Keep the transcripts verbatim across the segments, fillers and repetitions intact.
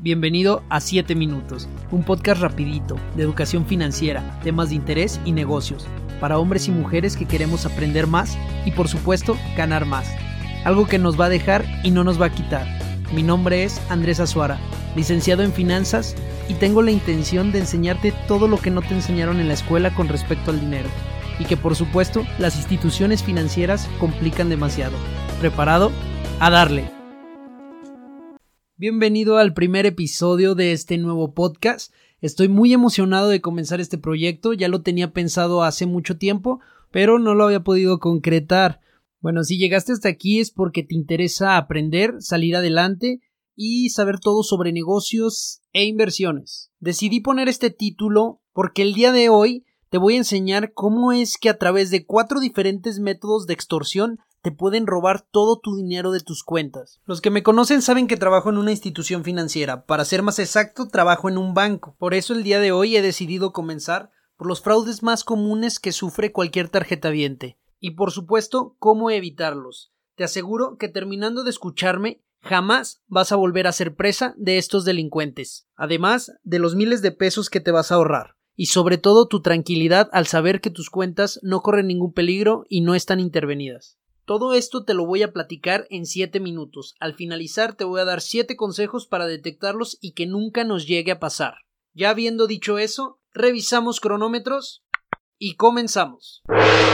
Bienvenido a siete minutos, un podcast rapidito, de educación financiera, temas de interés y negocios, para hombres y mujeres que queremos aprender más y por supuesto ganar más. Algo que nos va a dejar y no nos va a quitar. Mi nombre es Andrés Azuara, licenciado en finanzas y tengo la intención de enseñarte todo lo que no te enseñaron en la escuela con respecto al dinero y que por supuesto las instituciones financieras complican demasiado. ¿Preparado? ¡A darle! Bienvenido al primer episodio de este nuevo podcast. Estoy muy emocionado de comenzar este proyecto, ya lo tenía pensado hace mucho tiempo, pero no lo había podido concretar. Bueno, si llegaste hasta aquí es porque te interesa aprender, salir adelante y saber todo sobre negocios e inversiones. Decidí poner este título porque el día de hoy te voy a enseñar cómo es que a través de cuatro diferentes métodos de extorsión te pueden robar todo tu dinero de tus cuentas. Los que me conocen saben que trabajo en una institución financiera. Para ser más exacto, trabajo en un banco. Por eso el día de hoy he decidido comenzar por los fraudes más comunes que sufre cualquier tarjetaviente. Y por supuesto, cómo evitarlos. Te aseguro que terminando de escucharme, jamás vas a volver a ser presa de estos delincuentes. Además de los miles de pesos que te vas a ahorrar. Y sobre todo tu tranquilidad al saber que tus cuentas no corren ningún peligro y no están intervenidas. Todo esto te lo voy a platicar en siete minutos. Al finalizar te voy a dar siete consejos para detectarlos y que nunca nos llegue a pasar. Ya habiendo dicho eso, revisamos cronómetros y comenzamos.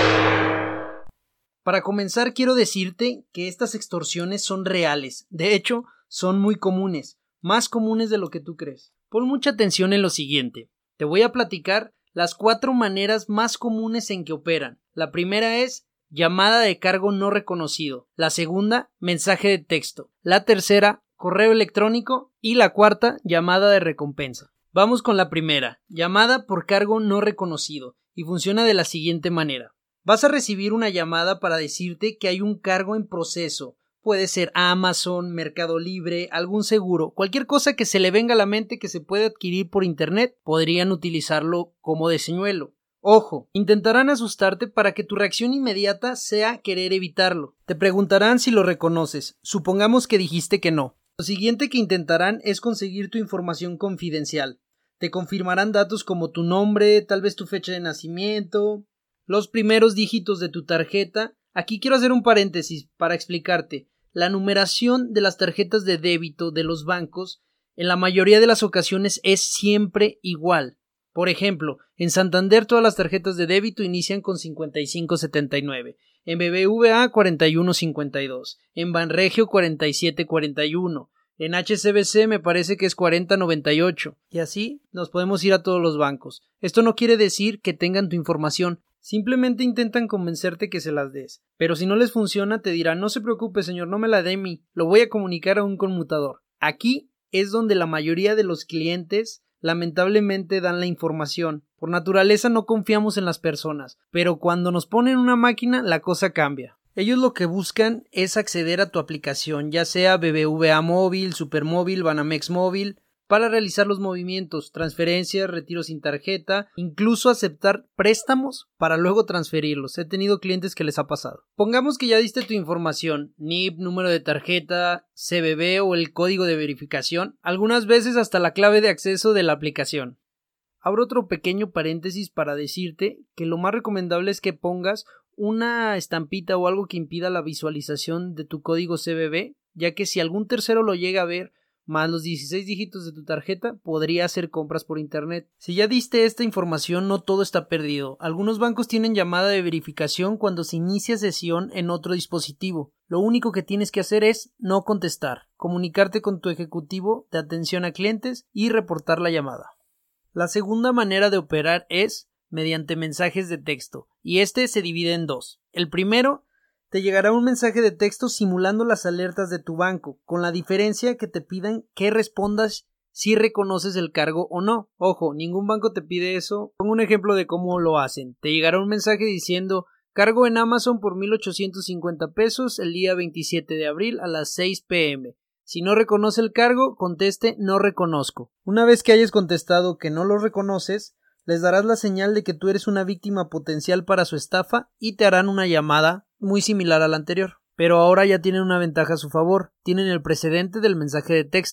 Para comenzar quiero decirte que estas extorsiones son reales. De hecho, son muy comunes. Más comunes de lo que tú crees. Pon mucha atención en lo siguiente. Te voy a platicar las cuatro maneras más comunes en que operan. La primera es llamada de cargo no reconocido. La segunda, mensaje de texto. La tercera, correo electrónico. Y la cuarta, llamada de recompensa. Vamos con la primera, llamada por cargo no reconocido. Y funciona de la siguiente manera. Vas a recibir una llamada para decirte que hay un cargo en proceso. Puede ser Amazon, Mercado Libre, algún seguro. Cualquier cosa que se le venga a la mente que se puede adquirir por internet, podrían utilizarlo como de señuelo. Ojo, intentarán asustarte para que tu reacción inmediata sea querer evitarlo. Te preguntarán si lo reconoces. Supongamos que dijiste que no. Lo siguiente que intentarán es conseguir tu información confidencial. Te confirmarán datos como tu nombre, tal vez tu fecha de nacimiento, los primeros dígitos de tu tarjeta. Aquí quiero hacer un paréntesis para explicarte. La numeración de las tarjetas de débito de los bancos en la mayoría de las ocasiones es siempre igual. Por ejemplo, en Santander todas las tarjetas de débito inician con cincuenta y cinco setenta y nueve, en B B V A cuarenta y uno cincuenta y dos, en Banregio cuarenta y siete cuarenta y uno, en H S B C me parece que es cuarenta noventa y ocho, y así nos podemos ir a todos los bancos. Esto no quiere decir que tengan tu información, simplemente intentan convencerte que se las des, pero si no les funciona te dirán no se preocupe señor, no me la dé a mí, lo voy a comunicar a un conmutador. Aquí es donde la mayoría de los clientes lamentablemente dan la información. Por naturaleza no confiamos en las personas, pero cuando nos ponen una máquina la cosa cambia. Ellos lo que buscan es acceder a tu aplicación, ya sea B B V A Móvil, Supermóvil, Banamex Móvil, para realizar los movimientos, transferencias, retiros sin tarjeta, incluso aceptar préstamos para luego transferirlos. He tenido clientes que les ha pasado. Pongamos que ya diste tu información, N I P, número de tarjeta, C V V o el código de verificación, algunas veces hasta la clave de acceso de la aplicación. Abro otro pequeño paréntesis para decirte que lo más recomendable es que pongas una estampita o algo que impida la visualización de tu código C V V, ya que si algún tercero lo llega a ver, más los dieciséis dígitos de tu tarjeta, podría hacer compras por internet. Si ya diste esta información, no todo está perdido. Algunos bancos tienen llamada de verificación cuando se inicia sesión en otro dispositivo. Lo único que tienes que hacer es no contestar, comunicarte con tu ejecutivo de atención a clientes y reportar la llamada. La segunda manera de operar es mediante mensajes de texto, y este se divide en dos. El primero, te llegará un mensaje de texto simulando las alertas de tu banco, con la diferencia que te pidan que respondas si reconoces el cargo o no. Ojo, ningún banco te pide eso. Pongo un ejemplo de cómo lo hacen. Te llegará un mensaje diciendo cargo en Amazon por mil ochocientos cincuenta pesos el día veintisiete de abril a las seis pe eme. Si no reconoce el cargo, conteste no reconozco. Una vez que hayas contestado que no lo reconoces, les darás la señal de que tú eres una víctima potencial para su estafa y te harán una llamada muy similar a la anterior. Pero ahora ya tienen una ventaja a su favor, tienen el precedente del mensaje de texto.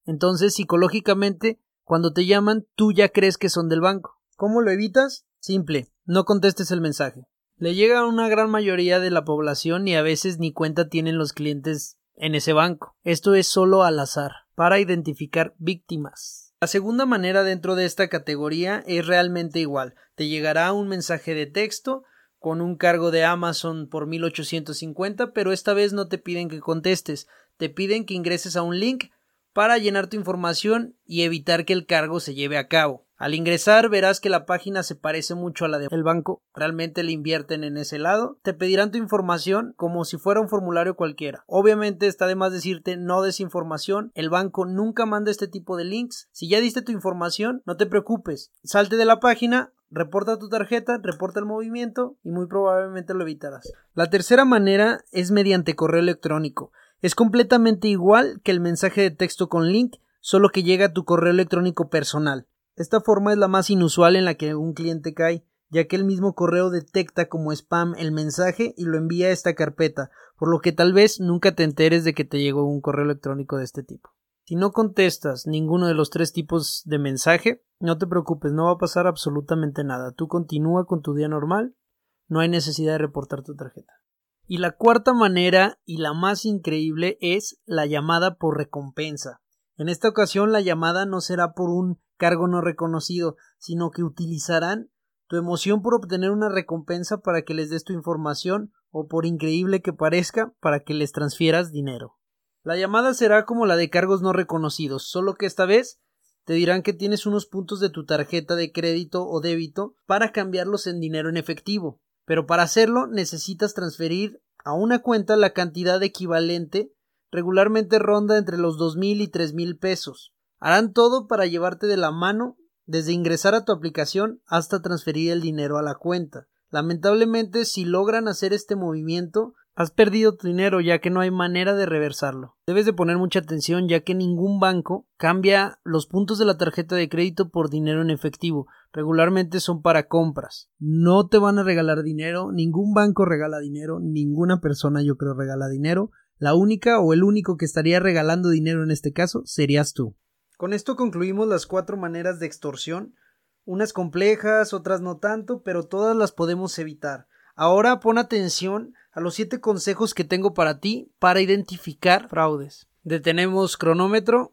Entonces, psicológicamente, cuando te llaman, tú ya crees que son del banco. ¿Cómo lo evitas? Simple, no contestes el mensaje. Le llega a una gran mayoría de la población y a veces ni cuenta tienen los clientes en ese banco. Esto es solo al azar, para identificar víctimas. La segunda manera dentro de esta categoría es realmente igual. Te llegará un mensaje de texto con un cargo de Amazon por mil ochocientos cincuenta, pero esta vez no te piden que contestes, te piden que ingreses a un link para llenar tu información y evitar que el cargo se lleve a cabo. Al ingresar verás que la página se parece mucho a la del banco, realmente le invierten en ese lado, te pedirán tu información como si fuera un formulario cualquiera. Obviamente está de más decirte no des información, el banco nunca manda este tipo de links. Si ya diste tu información, no te preocupes, salte de la página, reporta tu tarjeta, reporta el movimiento y muy probablemente lo evitarás. La tercera manera es mediante correo electrónico. Es completamente igual que el mensaje de texto con link, solo que llega a tu correo electrónico personal. Esta forma es la más inusual en la que un cliente cae, ya que el mismo correo detecta como spam el mensaje y lo envía a esta carpeta, por lo que tal vez nunca te enteres de que te llegó un correo electrónico de este tipo. Si no contestas ninguno de los tres tipos de mensaje, no te preocupes, no va a pasar absolutamente nada. Tú continúa con tu día normal, no hay necesidad de reportar tu tarjeta. Y la cuarta manera y la más increíble es la llamada por recompensa. En esta ocasión la llamada no será por un cargo no reconocido, sino que utilizarán tu emoción por obtener una recompensa para que les des tu información o, por increíble que parezca, para que les transfieras dinero. La llamada será como la de cargos no reconocidos, solo que esta vez te dirán que tienes unos puntos de tu tarjeta de crédito o débito para cambiarlos en dinero en efectivo, pero para hacerlo necesitas transferir a una cuenta la cantidad equivalente, regularmente ronda entre los dos mil y tres mil pesos. Harán todo para llevarte de la mano desde ingresar a tu aplicación hasta transferir el dinero a la cuenta. Lamentablemente, si logran hacer este movimiento, has perdido tu dinero ya que no hay manera de reversarlo. Debes de poner mucha atención ya que ningún banco cambia los puntos de la tarjeta de crédito por dinero en efectivo. Regularmente son para compras. No te van a regalar dinero, ningún banco regala dinero, ninguna persona yo creo regala dinero. La única o el único que estaría regalando dinero en este caso serías tú. Con esto concluimos las cuatro maneras de extorsión, unas complejas, otras no tanto, pero todas las podemos evitar. Ahora pon atención a los siete consejos que tengo para ti para identificar fraudes. Detenemos cronómetro.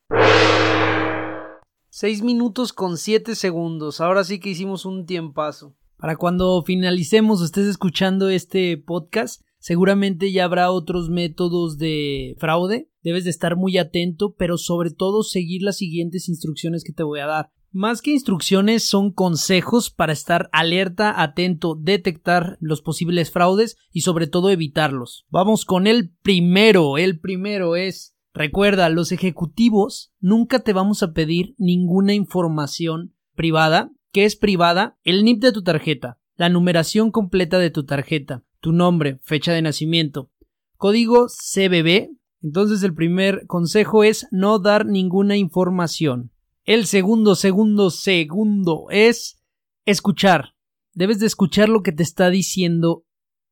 seis minutos con siete segundos. Ahora sí que hicimos un tiempazo. Para cuando finalicemos o estés escuchando este podcast, seguramente ya habrá otros métodos de fraude. Debes de estar muy atento, pero sobre todo seguir las siguientes instrucciones que te voy a dar. Más que instrucciones, son consejos para estar alerta, atento, detectar los posibles fraudes y sobre todo evitarlos. Vamos con el primero. El primero es, recuerda, los ejecutivos nunca te vamos a pedir ninguna información privada. ¿Qué es privada? El N I P de tu tarjeta, la numeración completa de tu tarjeta, tu nombre, fecha de nacimiento, código C B B. Entonces el primer consejo es no dar ninguna información. El segundo, segundo, segundo es escuchar. Debes de escuchar lo que te está diciendo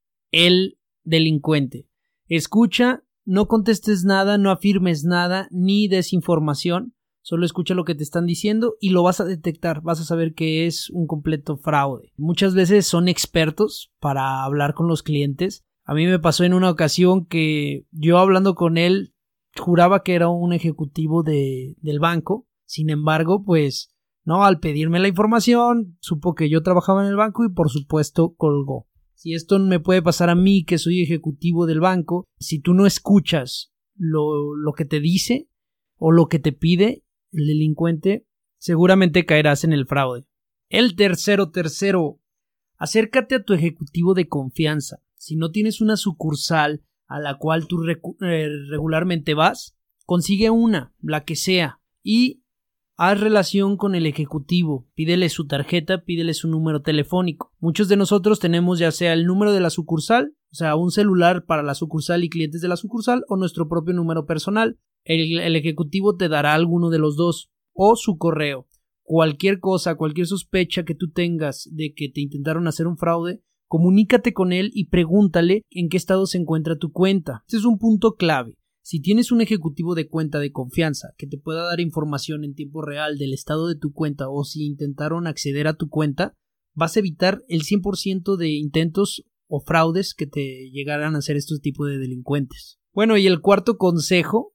el delincuente. Escucha, no contestes nada, no afirmes nada, ni desinformación. Solo escucha lo que te están diciendo y lo vas a detectar. Vas a saber que es un completo fraude. Muchas veces son expertos para hablar con los clientes. A mí me pasó en una ocasión que yo hablando con él juraba que era un ejecutivo de, del banco. Sin embargo, pues, no, al pedirme la información, supo que yo trabajaba en el banco y por supuesto colgó. Si esto me puede pasar a mí, que soy ejecutivo del banco, si tú no escuchas lo, lo que te dice o lo que te pide el delincuente, seguramente caerás en el fraude. El tercero, tercero, acércate a tu ejecutivo de confianza. Si no tienes una sucursal a la cual tú recu- eh, regularmente vas, consigue una, la que sea, y haz relación con el ejecutivo, pídele su tarjeta, pídele su número telefónico. Muchos de nosotros tenemos ya sea el número de la sucursal, o sea, un celular para la sucursal y clientes de la sucursal, o nuestro propio número personal. El, el ejecutivo te dará alguno de los dos, o su correo. Cualquier cosa, cualquier sospecha que tú tengas de que te intentaron hacer un fraude, comunícate con él y pregúntale en qué estado se encuentra tu cuenta. Este es un punto clave. Si tienes un ejecutivo de cuenta de confianza que te pueda dar información en tiempo real del estado de tu cuenta o si intentaron acceder a tu cuenta, vas a evitar el cien por ciento de intentos o fraudes que te llegaran a hacer estos tipos de delincuentes. Bueno, y el cuarto consejo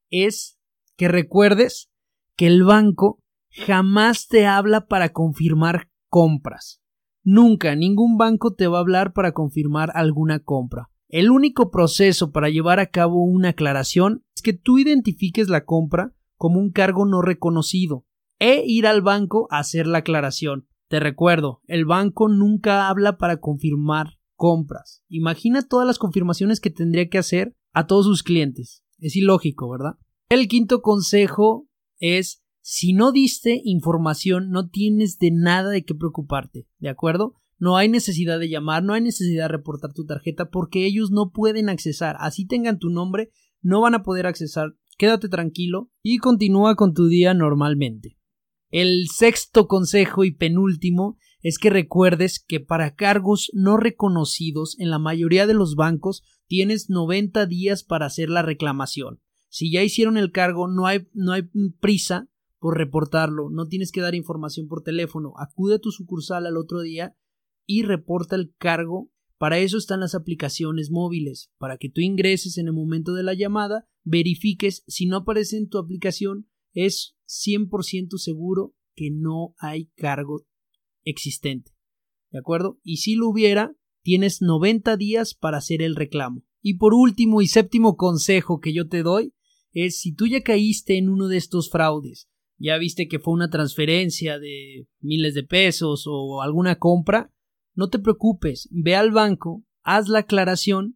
es que recuerdes que el banco jamás te habla para confirmar compras. Nunca, ningún banco te va a hablar para confirmar alguna compra. El único proceso para llevar a cabo una aclaración es que tú identifiques la compra como un cargo no reconocido e ir al banco a hacer la aclaración. Te recuerdo, el banco nunca habla para confirmar compras. Imagina todas las confirmaciones que tendría que hacer a todos sus clientes. Es ilógico, ¿verdad? El quinto consejo es: si no diste información, no tienes de nada de qué preocuparte, ¿de acuerdo? No hay necesidad de llamar, no hay necesidad de reportar tu tarjeta porque ellos no pueden accesar. Así tengan tu nombre, no van a poder accesar. Quédate tranquilo y continúa con tu día normalmente. El sexto consejo y penúltimo es que recuerdes que para cargos no reconocidos en la mayoría de los bancos tienes noventa días para hacer la reclamación. Si ya hicieron el cargo, no hay, no hay prisa por reportarlo, no tienes que dar información por teléfono. Acude a tu sucursal al otro día y reporta el cargo. Para eso están las aplicaciones móviles, para que tú ingreses en el momento de la llamada, verifiques. Si no aparece en tu aplicación, es cien por ciento seguro que no hay cargo existente, ¿de acuerdo? Y si lo hubiera, tienes noventa días para hacer el reclamo. Y por último y séptimo consejo que yo te doy es: si tú ya caíste en uno de estos fraudes, ya viste que fue una transferencia de miles de pesos o alguna compra, no te preocupes, ve al banco, haz la aclaración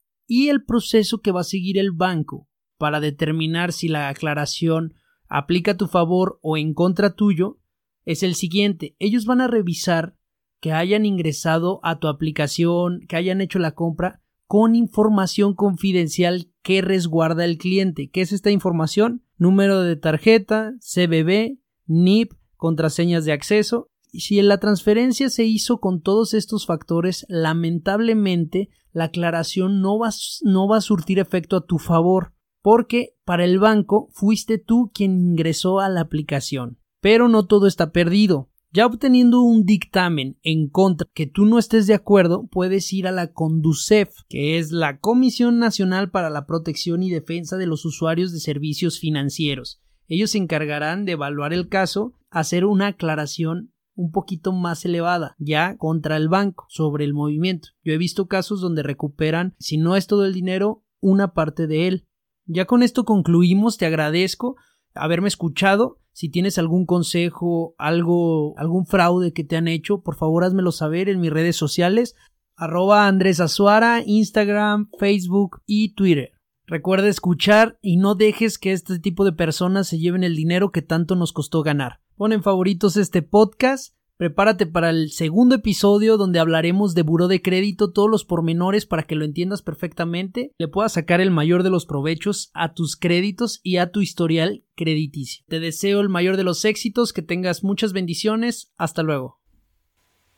y el proceso que va a seguir el banco para determinar si la aclaración aplica a tu favor o en contra tuyo es el siguiente. Ellos van a revisar que hayan ingresado a tu aplicación, que hayan hecho la compra con información confidencial que resguarda el cliente. ¿Qué es esta información? Número de tarjeta, C V V, N I P, contraseñas de acceso. Y si la transferencia se hizo con todos estos factores, lamentablemente la aclaración no va, no va a surtir efecto a tu favor, porque para el banco fuiste tú quien ingresó a la aplicación. Pero no todo está perdido. Ya obteniendo un dictamen en contra que tú no estés de acuerdo, puedes ir a la CONDUCEF, que es la Comisión Nacional para la Protección y Defensa de los Usuarios de Servicios Financieros. Ellos se encargarán de evaluar el caso, hacer una aclaración un poquito más elevada ya contra el banco sobre el movimiento. Yo he visto casos donde recuperan, si no es todo el dinero, una parte de él. Ya con esto concluimos. Te agradezco haberme escuchado. Si tienes algún consejo, algo, algún fraude que te han hecho, por favor házmelo saber en mis redes sociales, arroba Andrés Azuara, Instagram, Facebook y Twitter. Recuerda escuchar y no dejes que este tipo de personas se lleven el dinero que tanto nos costó ganar. Pon en favoritos este podcast. Prepárate para el segundo episodio donde hablaremos de buró de crédito, todos los pormenores para que lo entiendas perfectamente, le puedas sacar el mayor de los provechos a tus créditos y a tu historial crediticio. Te deseo el mayor de los éxitos, que tengas muchas bendiciones. Hasta luego.